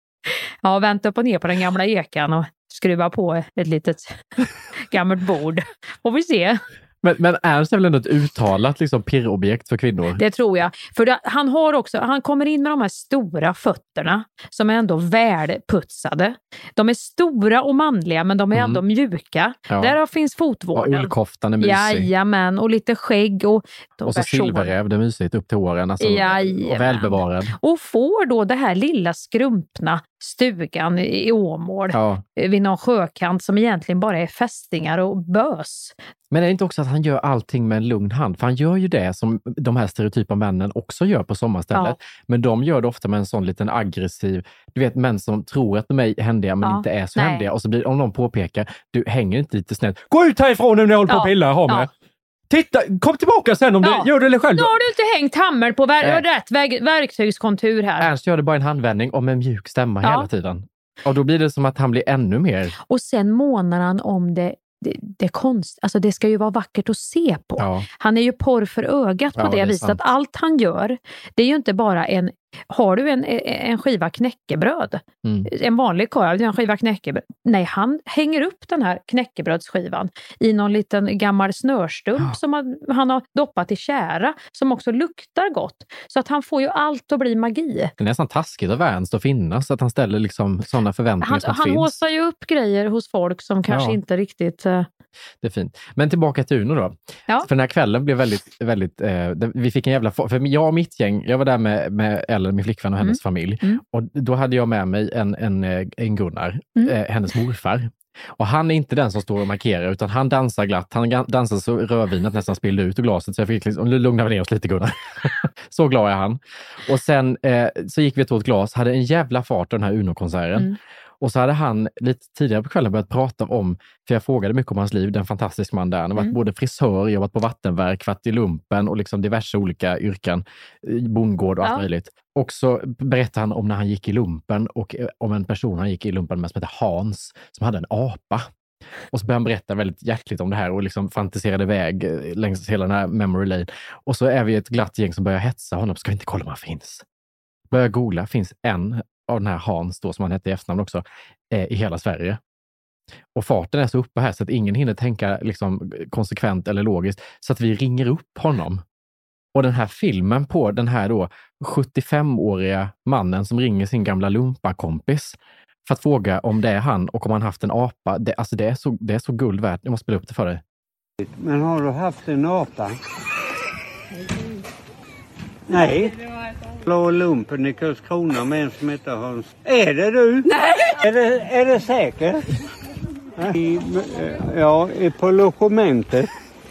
Ja, vänta upp och ner på den gamla ekan och skruva på ett litet gammalt bord. Får vi se. Men, men Ernst är väl ändå ett uttalat liksom, pirrobjekt för kvinnor? Det tror jag. För det, han har också, han kommer in med de här stora fötterna som är ändå välputsade. De är stora och manliga, men de är ändå mm. mjuka. Ja. Där finns fotvården. Och ullkoftan är mysig. Jajamän, och lite skägg. Och, och så silverräv, det är mysigt upp till åren. Alltså, och välbevarad. Och får då det här lilla skrumpna stugan i Åmål ja. vid någon sjökant som egentligen bara är fästingar och bös. Men är det inte också att han gör allting med en lugn hand? För han gör ju det som de här stereotypa männen också gör på sommarstället. Ja. Men de gör det ofta med en sån liten aggressiv, du vet, män som tror att de är händiga men ja. inte är så Nej. händiga. Och så blir om de påpekar, du hänger inte lite snällt. Gå ut härifrån nu när jag håller ja. på att pilla har med. Ja. Titta, kom tillbaka sen om ja. du gör det eller själv. Nu har du inte hängt hammar på ver- äh. rätt väg- verktygskontur här. Ernst gör det bara en handvändning och med en mjuk stämma ja. hela tiden. Och då blir det som att han blir ännu mer. Och sen månar han om det Det, det är konst, alltså det ska ju vara vackert att se på. Ja. Han är ju porr för ögat på ja, det, det viset att allt han gör, det är ju inte bara en, har du en, en skiva knäckebröd, mm. en vanlig korv, en skiva knäckebröd. Nej, han hänger upp den här knäckebrödsskivan i någon liten gammal snörstump ja. som han, han har doppat i kära, som också luktar gott. Så att han får ju allt att bli magi. Det är nästan taskigt av Ernst att finnas, att han ställer liksom sådana förväntningar han, som han finns. Han håsar ju upp grejer hos folk som kanske ja. inte riktigt... Det är fint. Men tillbaka till Uno då. Ja. För den här kvällen blev väldigt, väldigt eh, vi fick en jävla, för jag och mitt gäng, jag var där med, med Ellen, min flickvän och hennes mm. familj. Mm. Och då hade jag med mig en, en, en Gunnar, mm. eh, hennes morfar. Och han är inte den som står och markerar, utan han dansar glatt. Han dansar så rödvinet nästan spillde ut ur glaset, så jag fick liksom, lugna ner oss lite Gunnar. Så glad är han. Och sen eh, så gick vi till ett glas, hade en jävla fart den här Uno-konserten. Mm. Och så hade han lite tidigare på kvällen börjat prata om, för jag frågade mycket om hans liv, den fantastisk man där. Han har varit mm. både frisör, jobbat på vattenverk, varit i lumpen och liksom diverse olika yrken, bondgård och allt ja. möjligt. Och så berättade han om när han gick i lumpen och om en person han gick i lumpen med som heter Hans, som hade en apa. Och så började han berätta väldigt hjärtligt om det här och liksom fantiserade iväg längs hela den här memory lane. Och så är vi ett glatt gäng som börjar hetsa honom, ska vi inte kolla om han finns? Börjar googla, finns en av den här Hans då, som han hette i efternamn också, eh, i hela Sverige. Och farten är så uppe här så att ingen hinner tänka liksom konsekvent eller logiskt, så att vi ringer upp honom. Och den här filmen på den här då sjuttiofemåriga mannen som ringer sin gamla lumpa-kompis för att fråga om det är han och om han haft en apa. Det, alltså det är så, det är så guld värt. Jag måste spela upp det för dig. Men har du haft en apa? Nej. Blå lumpen i Karlskrona med en som heter Hans. Är det du? Nej! Är det, är det säkert? I, ja, på logementet.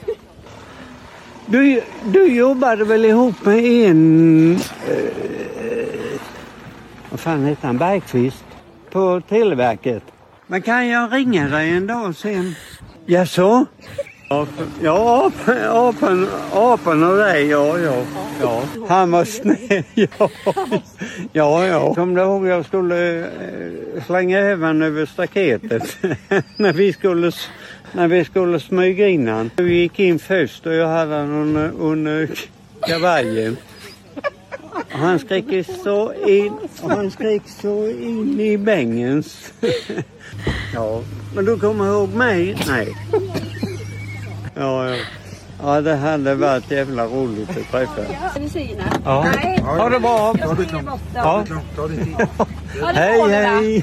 Du, du jobbade väl ihop med en... Eh, vad fan heter han? Bergqvist? På Televerket. Men kan jag ringa dig en dag sen? Ja, så? Ja, apan, apan och dig, ja, ja, ja. Han var snäll, ja, ja, ja. Som du ihåg, jag skulle slänga även över staketet när vi skulle, när vi skulle smyga in han. Vi gick in först och jag hade han under, under kavajen. Och han skrek så in, och han skrek så in i bängens. Ja, men du kommer ihåg mig? Nej. Ja, ja. Ja, det hade varit jävla roligt att träffa. Ja. Nej. Ha det bra. Ha det klart. Ja. Hej, hej.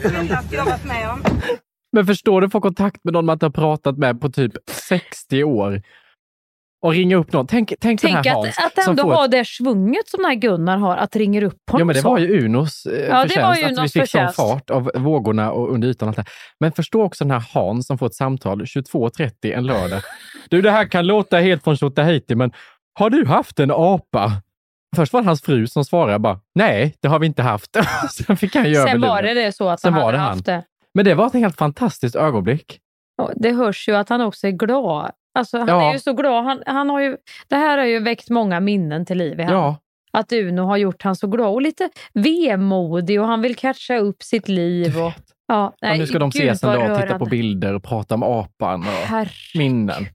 Men förstår du, få kontakt med någon man inte har pratat med på typ sextio år och ringa upp någon. Tänk, tänk, tänk den här Hans. Att, att ändå ha ett... det svunget som den här Gunnar har, att ringa upp honom. Ja, men det var ju Unos eh, ja, förtjänst. Det var ju Unos att vi fick sån fart av vågorna och under ytan. Allt det. Men förstå också den här Hans som får ett samtal tjugotvå trettio en lördag. Du, det här kan låta helt från Tjotahejti, men har du haft en apa? Först var det hans fru som svarade bara, nej, det har vi inte haft. Sen fick han göra Sen var det det så att Sen han hade haft det. Men det var ett helt fantastiskt ögonblick. Och det hörs ju att han också är glad. Alltså han ja. är ju så glad. Han, han har ju, det här har ju väckt många minnen till liv i honom. Ja. Att Uno har gjort han så glad och lite vemodig och han vill catcha upp sitt liv. Och, ja, nej, och nu ska de ses en dag och titta på bilder och prata om apan och Herregud. minnen.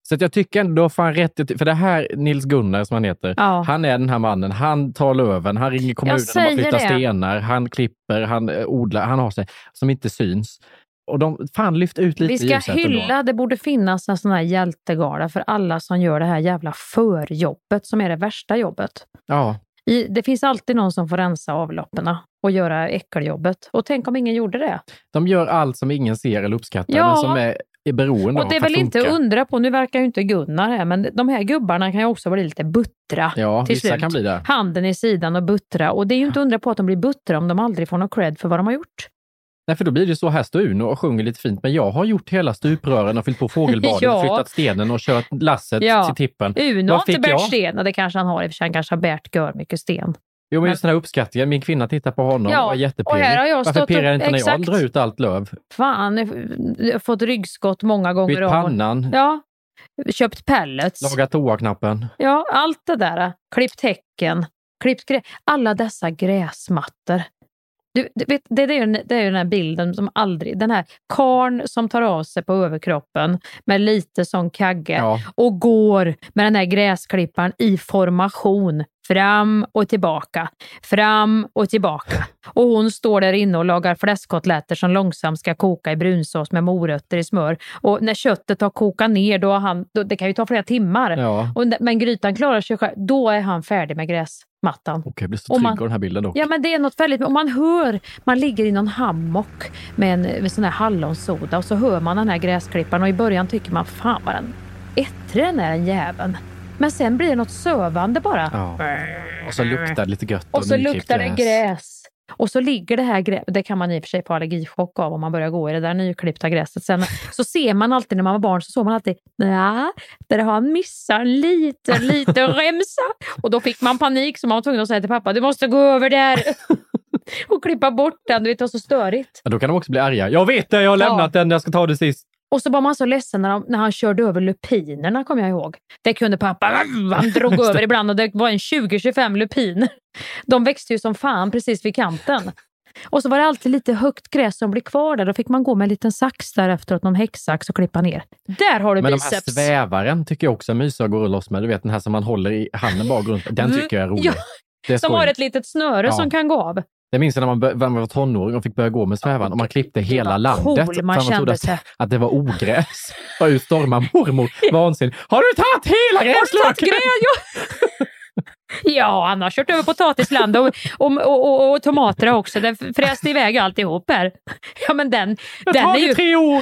Så att jag tycker ändå då får han rätt, för det här Nils Gunnar som han heter, Ja. han är den här mannen, han tar löven, han ringer kommunen och säger flyttar det. stenar, han klipper, han eh, odlar, han har sig som inte syns. Och de fan lyft ut lite Vi i ska ljuset hylla, ändå. det borde finnas en sån här hjältegala för alla som gör det här jävla förjobbet som är det värsta jobbet. Ja. I, det finns alltid någon som får rensa avloppen och göra äckeljobbet. Och tänk om ingen gjorde det. De gör allt som ingen ser eller uppskattar, Ja. men som är, är beroende Och det är av för väl att inte funka. undra på, nu verkar ju inte Gunnar här, men de här gubbarna kan ju också bli lite buttra Ja, till vissa slut. kan bli det. Handen i sidan och buttra. Och det är ju inte undra på att de blir buttra om de aldrig får någon cred för vad de har gjort. Nej, för då blir det så, här står Uno och sjunger lite fint, men jag har gjort hela stuprören och fyllt på fågelbadet, Ja. flyttat stenen och kört lasset Ja. till tippen. Uno Vad har inte fick bärt jag? sten, och det kanske han har, i och för sig han kanske har bärt gör mycket sten. Jo, men just den här uppskattningen, min kvinna tittar på honom Ja, och är jättepirrig. och här har jag Varför stått pirrar upp- inte när jag exakt. drar ut allt löv? Fan, jag har fått ryggskott många gånger Bytt om. pannan. Ja, köpt pellets. Laga toaknappen. Ja, allt det där. Klippt häcken, klippt grä... alla dessa gräsmattor. Du, du vet, det, det, är ju, det är ju den här bilden som aldrig, den här karn som tar av sig på överkroppen med lite sån kagge Ja. och går med den här gräsklipparen i formation fram och tillbaka, fram och tillbaka. Och hon står där inne och lagar fläskkotletter som långsamt ska koka i brunsås med morötter i smör. Och när köttet har kokat ner, då har han, då, det kan ju ta flera timmar. Ja. Och, men grytan klarar sig själv, då är han färdig med gräsmattan. Okej, jag blir så Och trygg man- av den här bilden dock. Ja, men det är något väldigt, om man hör, man ligger i någon hammock med en med sån här hallonsoda och så hör man den här gräsklipparen och i början tycker man, fan vad den ettrig den är, den jäveln. Men sen blir det något sövande bara. Ja. Och så luktar det lite gött Och så nyklippt luktar det gräs. Och så ligger det här gräs, det kan man i och för sig få allergichock av om man börjar gå i det där nyklippta gräset. Sen så ser man alltid när man var barn, så såg man alltid, nej, där har han missat en liten, liten remsa. Och då fick man panik, så man var tvungen att säga till pappa, du måste gå över där och klippa bort den, du vet, det var så störigt. Ja, då kan de också bli arga. Jag vet det, jag har lämnat Ja. den, jag ska ta det sist. Och så var man så ledsen när, de, när han körde över lupinerna, kommer jag ihåg. Det kunde pappa, han drog över ibland och det var en tjugo till tjugofem lupiner. De växte ju som fan precis vid kanten. Och så var det alltid lite högt gräs som blev kvar där. Då fick man gå med en liten sax där efteråt, någon häcksax och klippa ner. Där har du Men biceps. de här svävaren tycker jag också är mysiga att gå loss med. Du vet den här som man håller i handen bara runt. Den tycker jag är rolig. Ja, Det är som skoj. har ett litet snöre Ja. som kan gå av. Jag minns när man, bör, när man var tonåring och fick börja gå med svävaren och man klippte hela vad landet. cool för man man trodde kände att, sig. att det var ogräs. Och ut stormar mormor vansin. Har du tagit hela gräslöken? Ja, han har kört över potatisland och, och, och, och, och tomater också. Den fräste iväg alltihop här. Ja, men den, Jag den tar är det ju... tre år.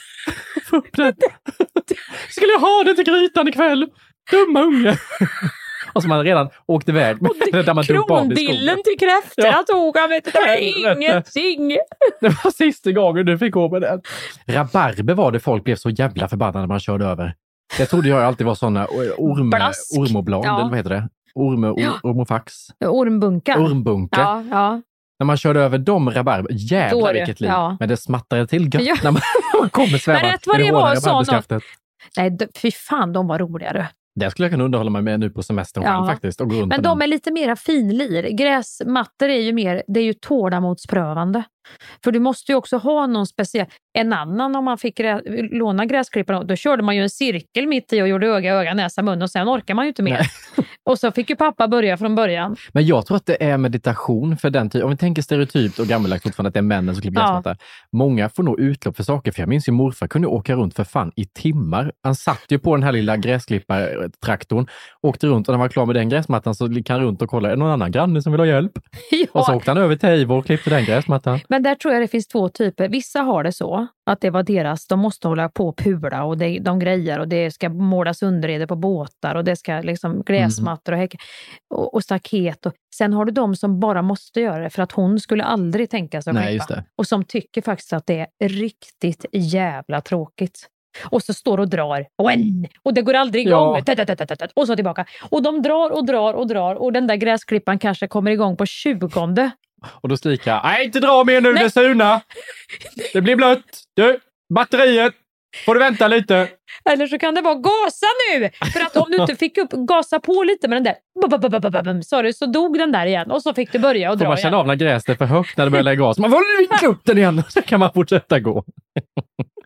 Få upp den. Skulle jag ha det till grytan ikväll? Dumma unge. Och som man redan åkt iväg med. Där man dumpade av i skogen. Kronbillen till kräftorna Ja. tog han, vet du. Det var Helvete. ingenting. Det var sista gången du fick gå med den. Rabarber var det folk blev så jävla förbannade när man körde över. Det trodde jag alltid var sådana orm, Blask. ormoblad, Ja. eller vad heter det? Orm, or, Ja. ormofax. Ormbunkar. Ormbunke. Ja, ja. När man körde över de rabarber, jävlar Då är det- vilket liv. ja. Men det smattrade till gött Ja. när man, man kommer sväva. Men rätt vad i det hårda var sa någon- rabarberskaftet. Nej, d- fy fan, de var roligare. Det skulle jag kunna underhålla mig med nu på semestern Ja. själv faktiskt. Och gå runt Men på de den. är lite mera finlir. Gräsmattor är ju mer, det är ju tålamodsprövande. För du måste ju också ha någon speciell, en annan om man fick grä, låna gräsklipparen, då körde man ju en cirkel mitt i och gjorde öga, öga, näsa, mun och sen orkar man ju inte mer. Och så fick ju pappa börja från början. Men jag tror att det är meditation för den typen. Om vi tänker stereotypt och gammaldags fortfarande att det är männen som klipper Ja. gräsmatta. Många får nog utlopp för saker. För jag minns ju morfar kunde åka runt för fan i timmar. Han satt ju på den här lilla gräsklippartraktorn, åkte runt och när han var klar med den gräsmattan så gick han runt och kollade, är det någon annan granne som vill ha hjälp? Ja. Och så åkte han över till Eivor och klippte den gräsmattan. Men där tror jag det finns två typer. Vissa har det så, att det var deras, de måste hålla på och pula och det, de grejer och det ska målas underreder på båtar och det ska liksom gräsmattor och häck och, och staket. Och, sen har du de som bara måste göra det för att hon skulle aldrig tänka sig att Nej, klippa. just det. Och som tycker faktiskt att det är riktigt jävla tråkigt. Och så står och drar. Och det går aldrig igång. Ja. Och så tillbaka. Och de drar och drar och drar. Och den där gräsklippan kanske kommer igång på tjugonde. Och då skriker jag, nej inte dra mer nu, Nej. det surnar. Det blir blött. Du, batteriet. Får du vänta lite. Eller så kan det vara gasa nu! För att om du inte fick upp, gasa på lite med den där, babababababam, så, så dog den där igen. Och så fick du börja och Får dra man känna igen. av när gräset är för högt när det börjar lägga gas. Man får vinka upp den igen så kan man fortsätta gå.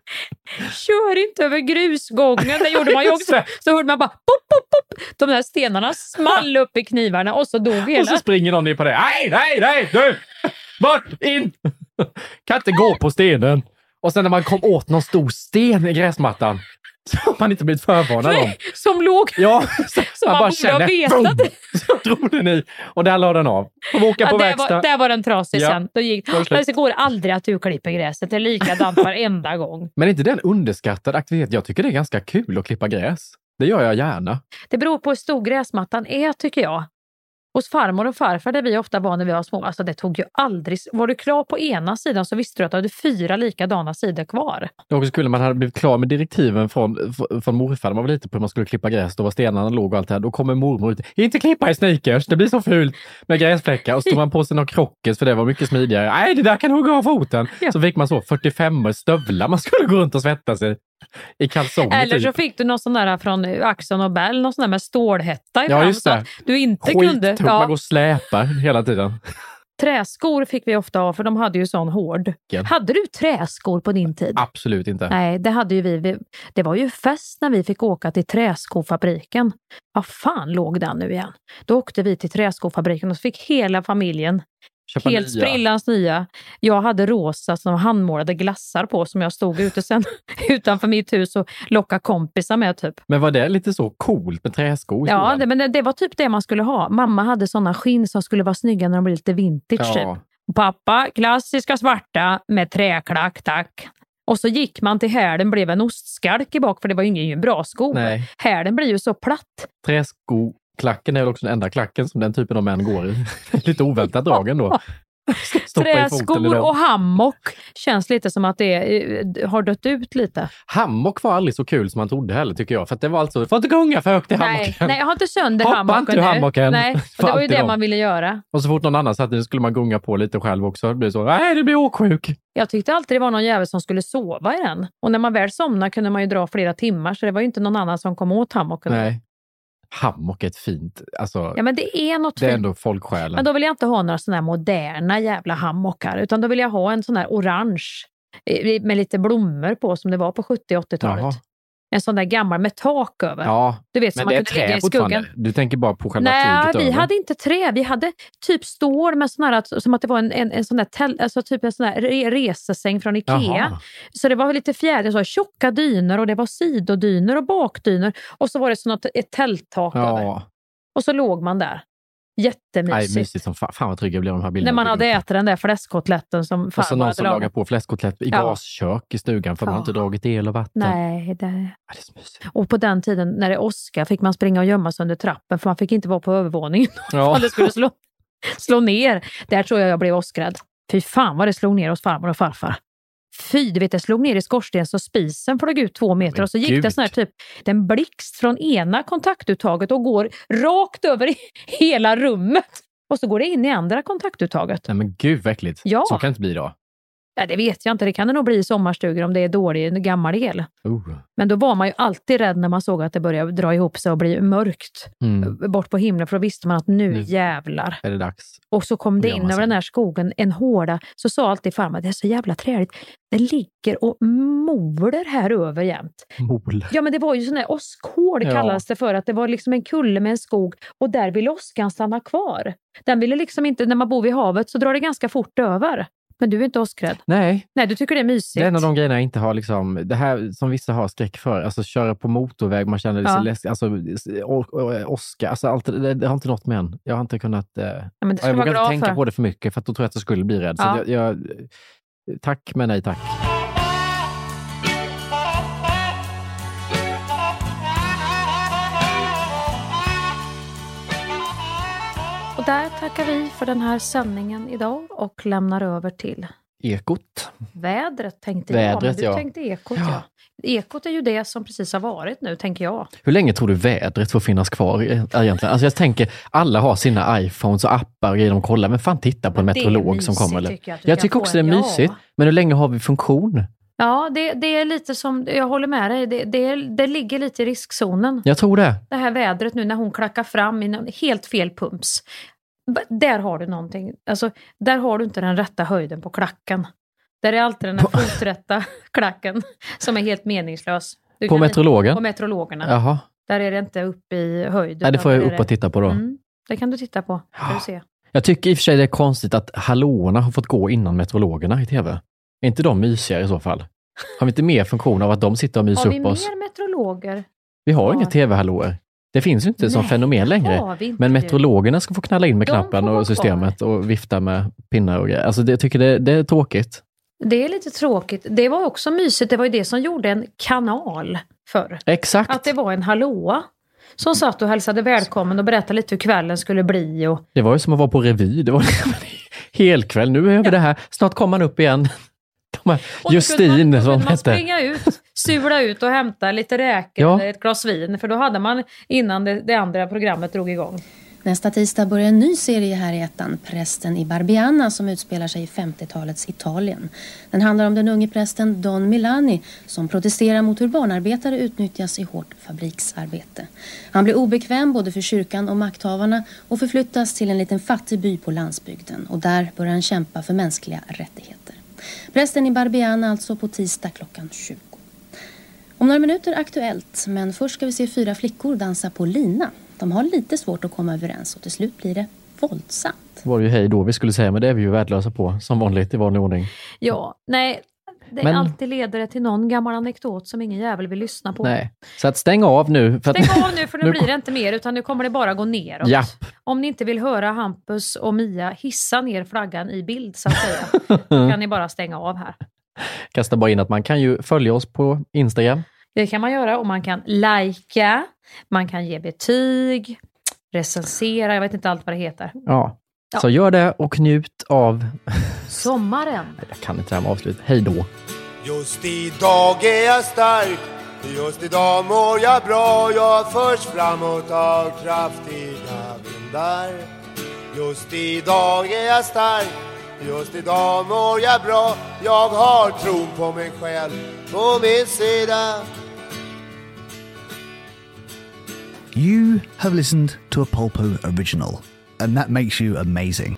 Kör inte över grusgången. Det gjorde man ju också. Så hörde man bara pop, pop, pop. De där stenarna small upp i knivarna och så dog hela. Och så springer någon ner på det. Nej, nej, nej, du! Bort, in! Kan inte gå på stenen. Och sen när man kom åt någon stor sten i gräsmattan så har man inte blivit förvarnad om. Som låg. Ja, så, så man, man bara borde känner. ha vetat det. Så drog den i. Och där la den av. Och åka Ja, på där, verkstad. var, där var den trasig Ja. sen. Då gick, det går aldrig att du klipper gräset. Det är likadant varenda gång. Men är inte det en underskattad aktivitet? Jag tycker det är ganska kul att klippa gräs. Det gör jag gärna. Det beror på hur stor gräsmattan är, tycker jag. Hos farmor och farfar, där vi ofta var när vi var små, alltså det tog ju aldrig... Var du klar på ena sidan så visste du att du hade fyra likadana sidor kvar. Det var också kul, man hade blivit klar med direktiven från, från morfar. Man var lite på hur man skulle klippa gräs. Då var stenarna låg och allt det här. Då kommer mormor ut. Inte klippa i sneakers, det blir så fult med gräsfläckar. Och så tog man på sig några krockes för det var mycket smidigare. Nej, det där kan hugga av foten. Ja. Så fick man så fyrtiofem stövlar. Man skulle gå runt och svettas sig i kalsonger. Eller så typ. fick du någon sån där från Axel och Bell, någon sån där med stålhätta i Ja, fram, just så det. att du inte Skit, kunde... Ja. Man går och släpar hela tiden. Träskor fick vi ofta av, för de hade ju sån hård. Ja. Hade du träskor på din tid? Absolut inte. Nej, det hade ju vi. Det var ju fest när vi fick åka till träskofabriken. Vad fan låg den nu igen? Då åkte vi till träskofabriken och så fick hela familjen Köpa helt nya. sprillans nya. Jag hade rosa som handmålade glassar på som jag stod ute sen utanför mitt hus och lockade kompisar med typ. Men var det lite så coolt med träskor? Ja, det, men det, det var typ det man skulle ha. Mamma hade såna skinn som skulle vara snygga när de blev lite vintage Ja. typ. Och pappa, klassiska svarta med träklack, tack. Och så gick man till härden, blev en ostskalk i bak, för det var ju ingen bra sko. Nej. Härden blir ju så platt. Träskoklacken är väl också den enda klacken som den typen av män går i. Lite oväntat dragen då. Stoppa i foten i Träskor dem. och hammock känns lite som att det eh, har dött ut lite. Hammock var aldrig så kul som man trodde heller, tycker jag. För att det var alltså, du får inte gunga för högt i Nej, hammocken. nej, jag har inte sönder Hoppa hammocken inte ur nu. hammocken. Nej, och För det var ju alltid det dem. man ville göra. Och så fort någon annan satt det skulle man gunga på lite själv också. Det blir så, nej det blir åksjuk. Jag tyckte alltid det var någon jävel som skulle sova i den. Och när man väl somnade kunde man ju dra flera timmar, så det var ju inte någon annan som kom åt hammocken. Nej. Hammock är ett fint, alltså. Ja, men det är något det är fint. ändå folksjälen. Men då vill jag inte ha några sådana här moderna jävla hammockar, utan då vill jag ha en sån här orange eh, med lite blommor på som det var på sjuttio- och åttiotalet. Jaha. En sån där gammal med tak över. Ja, Du vet, men som man det är kunde ligga trä i skuggan. fortfarande. Du tänker bara på själva Nej, tyget vi över. hade inte trä. Vi hade typ stål med sån här, som att det var en, en, en sån där tel, alltså typ en sån där re, resesäng från Ikea. Jaha. Så det var lite fjäder, så tjocka dyner och det var sidodyner och bakdyner. Och så var det som något, ett tälttak över. Ja. Och så låg man där. Jättemysigt. Nej, mysigt som fan. Fan vad trygga jag blev de här bilderna. När man hade ätit den där fläskkotletten som Och så farmor någon hade som lagat. lagar på fläskkotlett i Ja. gaskök i stugan för man har Ja. inte dragit el och vatten. Nej, det... Ja, det är så mysigt. Och på den tiden när det åska fick man springa och gömma sig under trappen, för man fick inte vara på övervåningen. Ja. Om det skulle slå, slå ner. Där tror jag jag blev åskrädd. Fy fan vad det slog ner hos farmor och farfar. Fy, du vet, det slog ner i skorsten så spisen flög ut två meter. Men och så gick Gud. det sån här typ, den blixt från ena kontaktuttaget och går rakt över i hela rummet. Och så går det in i andra kontaktuttaget. Nej men gud, verkligt. Ja. Så kan det inte bli då. Ja, det vet jag inte. Det kan det nog bli i sommarstugor om det är dålig gammal el. Oh. Men då var man ju alltid rädd när man såg att det började dra ihop sig och bli mörkt Mm. bort på himlen, för då visste man att nu, Nu. jävlar. Är det dags? Och så kom det Då gör in man över så. den här skogen en hårda, så sa alltid farmor, det är så jävla träligt. Det ligger och moler här över jämt. Mol. Ja, men det var ju sån här åskhård Ja. kallades det för, att det var liksom en kulle med en skog och där ville åskan stanna kvar. Den ville liksom inte, när man bor vid havet så drar det ganska fort över. Men du är inte åskrädd. Nej. Nej, du tycker det är mysigt. Det är en av de grejerna jag inte har, liksom, det här som vissa har skräck för. Alltså köra på motorväg, man känner det Ja. så läskigt. Alltså å- å- åska, alltså allt det, det har inte nått med än. Jag har inte kunnat... Eh, Ja, men det ska jag du vara vågar inte glad tänka för. på det för mycket, för att då tror jag att jag skulle bli rädd. Ja. Så att jag, jag, tack men nej tack. Och där tackar vi för den här sändningen idag och lämnar över till Ekot. vädret, tänkte jag. Vädret, Men du ja. tänkte ekot, ja. Ekot är ju det som precis har varit nu, tänker jag. Hur länge tror du vädret får finnas kvar e- egentligen? Alltså jag tänker, alla har sina iPhones och appar och grejer de kollar, men fan titta på en Men det är meteorolog mysigt, som kommer. Eller? tycker jag, att du jag kan tycker få också det är en- ja. mysigt, men hur länge har vi funktion? Ja, det, det är lite som, jag håller med dig, det, det, det ligger lite i riskzonen. Jag tror det. Det här vädret nu när hon klackar fram i någon helt fel pumps. B- Där har du någonting, alltså där har du inte den rätta höjden på klacken. Där är alltid den här foträtta klacken som är helt meningslös. Du på kan, meteorologen? På meteorologerna. Jaha. Där är det inte upp i höjd. Nej, det får jag upp och titta på då. Mm, det kan du titta på. Ska du se. Jag tycker i och för sig det är konstigt att hallåorna har fått gå innan meteorologerna i tv. Är inte de mysigare i så fall? Har vi inte mer funktion av att de sitter och myser upp oss? Har vi mer meteorologer? Vi har ja. inga tv-hallåor. Det finns ju inte Nej, som fenomen längre. Men meteorologerna ska få knalla in med de knappen och systemet kvar. Och vifta med pinnar och grejer. Alltså det, jag tycker det, det är tråkigt. Det är lite tråkigt. Det var också mysigt. Det var ju det som gjorde en kanal förr. Exakt. Att det var en hallåa som satt och hälsade välkommen och berättade lite hur kvällen skulle bli. Och... Det var ju som att vara på revy. Det var helkväll. Nu är vi ja. det här. Snart kommer man upp igen. Justin man, som man hette. springa ut, sula ut och hämta lite räkor ja. eller ett glas vin. För då hade man innan det, det andra programmet drog igång. Nästa tisdag börjar en ny serie här i ettan, Prästen i Barbiana, som utspelar sig i femtiotalets Italien. Den handlar om den unge prästen Don Milani som protesterar mot hur barnarbetare utnyttjas i hårt fabriksarbete. Han blir obekväm både för kyrkan och makthavarna och förflyttas till en liten fattig by på landsbygden. Och där börjar han kämpa för mänskliga rättigheter. Prästen i Barbiana alltså på tisdag klockan tjugo. Om några minuter aktuellt, men först ska vi se fyra flickor dansa på lina. De har lite svårt att komma överens och till slut blir det våldsamt. Det var ju hej då vi skulle säga, men det är vi ju värdelösa på, som vanligt i vanlig ordning. Ja, nej, det men... alltid leder det till någon gammal anekdot som ingen jävel vill lyssna på. Nej, så att stäng av nu. För att... Stäng av nu för nu, nu blir det inte mer, utan nu kommer det bara gå neråt. Japp. Om ni inte vill höra Hampus och Mia hissa ner flaggan i bild, så att säga, då kan ni bara stänga av här. Kasta bara in att man kan ju följa oss på Instagram. Det kan man göra och man kan likea, man kan ge betyg, recensera, jag vet inte allt vad det heter. Ja, ja. Så gör det och njut av sommaren. Jag kan inte det här med avslut. Hej då. Just idag är jag stark, just idag mår jag bra. Jag förs framåt av kraftiga vindar. Just idag är jag stark, just idag mår jag bra. Jag har tron på mig själv på min sida. You have listened to a Polpo original, and that makes you amazing.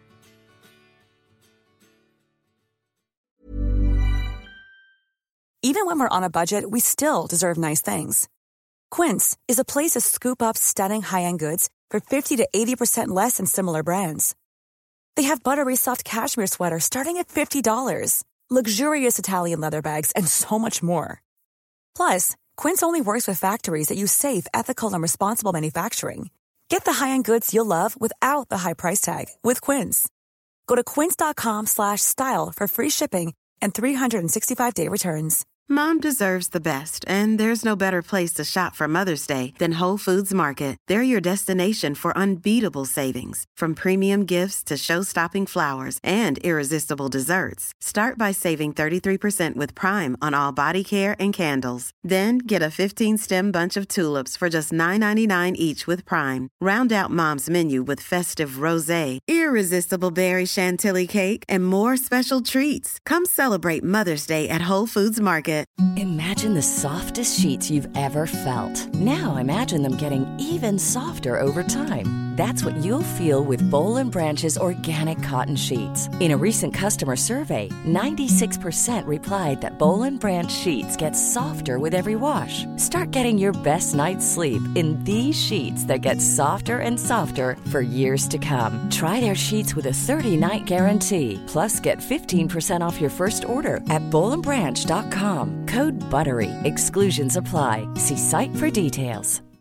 Even when we're on a budget, we still deserve nice things. Quince is a place to scoop up stunning high-end goods for fifty to eighty percent less than similar brands. They have buttery soft cashmere sweaters starting at fifty dollars, luxurious Italian leather bags, and so much more. Plus, Quince only works with factories that use safe, ethical, and responsible manufacturing. Get the high-end goods you'll love without the high price tag with Quince. Go to quince.com slash style for free shipping and three sixty-five day returns. Mom deserves the best, and there's no better place to shop for Mother's Day than Whole Foods Market. They're your destination for unbeatable savings, from premium gifts to show-stopping flowers and irresistible desserts. Start by saving thirty-three percent with Prime on all body care and candles. Then get a fifteen-stem bunch of tulips for just nine ninety-nine each with Prime. Round out Mom's menu with festive rosé, irresistible berry chantilly cake, and more special treats. Come celebrate Mother's Day at Whole Foods Market. Imagine the softest sheets you've ever felt. Now imagine them getting even softer over time. That's what you'll feel with Boll and Branch's organic cotton sheets. In a recent customer survey, ninety-six percent replied that Boll and Branch sheets get softer with every wash. Start getting your best night's sleep in these sheets that get softer and softer for years to come. Try their sheets with a thirty-night guarantee. Plus, get fifteen percent off your first order at boll and branch dot com. Code BUTTERY. Exclusions apply. See site for details.